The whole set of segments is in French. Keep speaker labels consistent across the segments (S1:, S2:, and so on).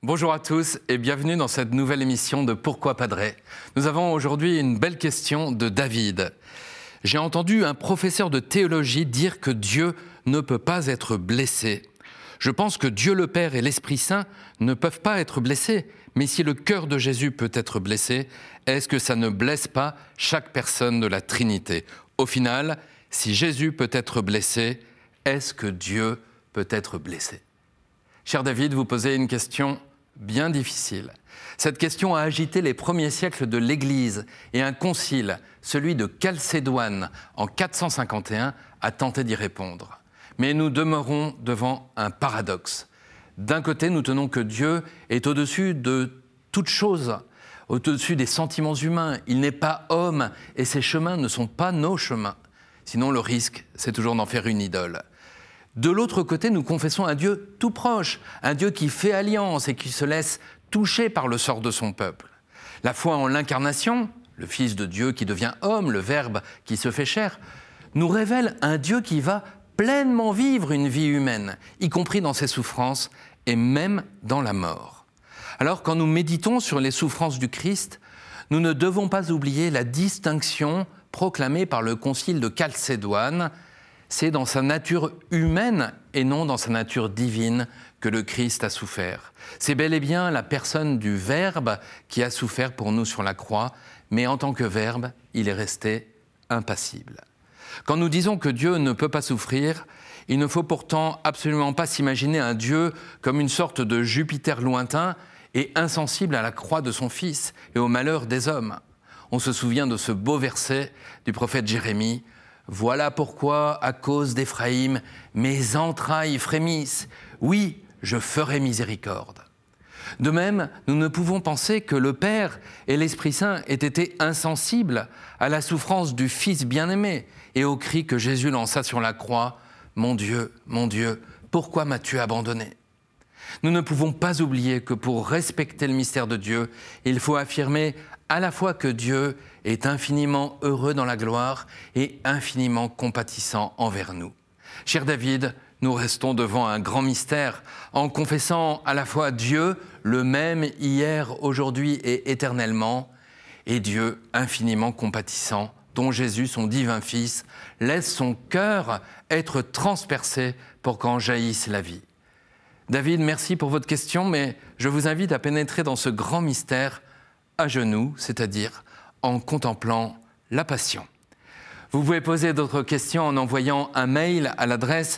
S1: Bonjour à tous et bienvenue dans cette nouvelle émission de Pourquoi Padre. Nous avons aujourd'hui une belle question de David. J'ai entendu un professeur de théologie dire que Dieu ne peut pas être blessé. Je pense que Dieu le Père et l'Esprit Saint ne peuvent pas être blessés. Mais si le cœur de Jésus peut être blessé, est-ce que ça ne blesse pas chaque personne de la Trinité ? Au final, si Jésus peut être blessé, est-ce que Dieu peut être blessé ? Cher David, vous posez une question bien difficile. Cette question a agité les premiers siècles de l'Église et un concile, celui de Chalcédoine, en 451, a tenté d'y répondre. Mais nous demeurons devant un paradoxe. D'un côté, nous tenons que Dieu est au-dessus de toute chose, au-dessus des sentiments humains. Il n'est pas homme et ses chemins ne sont pas nos chemins. Sinon, le risque, c'est toujours d'en faire une idole. De l'autre côté, nous confessons un Dieu tout proche, un Dieu qui fait alliance et qui se laisse toucher par le sort de son peuple. La foi en l'incarnation, le Fils de Dieu qui devient homme, le Verbe qui se fait chair, nous révèle un Dieu qui va pleinement vivre une vie humaine, y compris dans ses souffrances et même dans la mort. Alors, quand nous méditons sur les souffrances du Christ, nous ne devons pas oublier la distinction proclamée par le concile de Chalcédoine. C'est dans sa nature humaine et non dans sa nature divine que le Christ a souffert. C'est bel et bien la personne du Verbe qui a souffert pour nous sur la croix, mais en tant que Verbe, il est resté impassible. Quand nous disons que Dieu ne peut pas souffrir, il ne faut pourtant absolument pas s'imaginer un Dieu comme une sorte de Jupiter lointain et insensible à la croix de son Fils et au malheur des hommes. On se souvient de ce beau verset du prophète Jérémie. « Voilà pourquoi, à cause d'Éphraïm, mes entrailles frémissent. Oui, je ferai miséricorde. » De même, nous ne pouvons penser que le Père et l'Esprit Saint aient été insensibles à la souffrance du Fils bien-aimé et au cri que Jésus lança sur la croix « Mon Dieu, pourquoi m'as-tu abandonné ?» Nous ne pouvons pas oublier que pour respecter le mystère de Dieu, il faut affirmer à la fois que Dieu est infiniment heureux dans la gloire et infiniment compatissant envers nous. Cher David, nous restons devant un grand mystère en confessant à la fois Dieu, le même hier, aujourd'hui et éternellement, et Dieu infiniment compatissant, dont Jésus, son divin Fils, laisse son cœur être transpercé pour qu'en jaillisse la vie. David, merci pour votre question, mais je vous invite à pénétrer dans ce grand mystère à genoux, c'est-à-dire en contemplant la Passion. Vous pouvez poser d'autres questions en envoyant un mail à l'adresse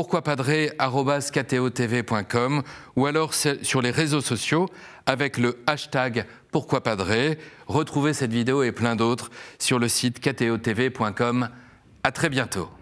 S1: pourquoipadre@ktotv.com ou alors sur les réseaux sociaux avec le hashtag pourquoipadre. Retrouvez cette vidéo et plein d'autres sur le site ktotv.com. À très bientôt.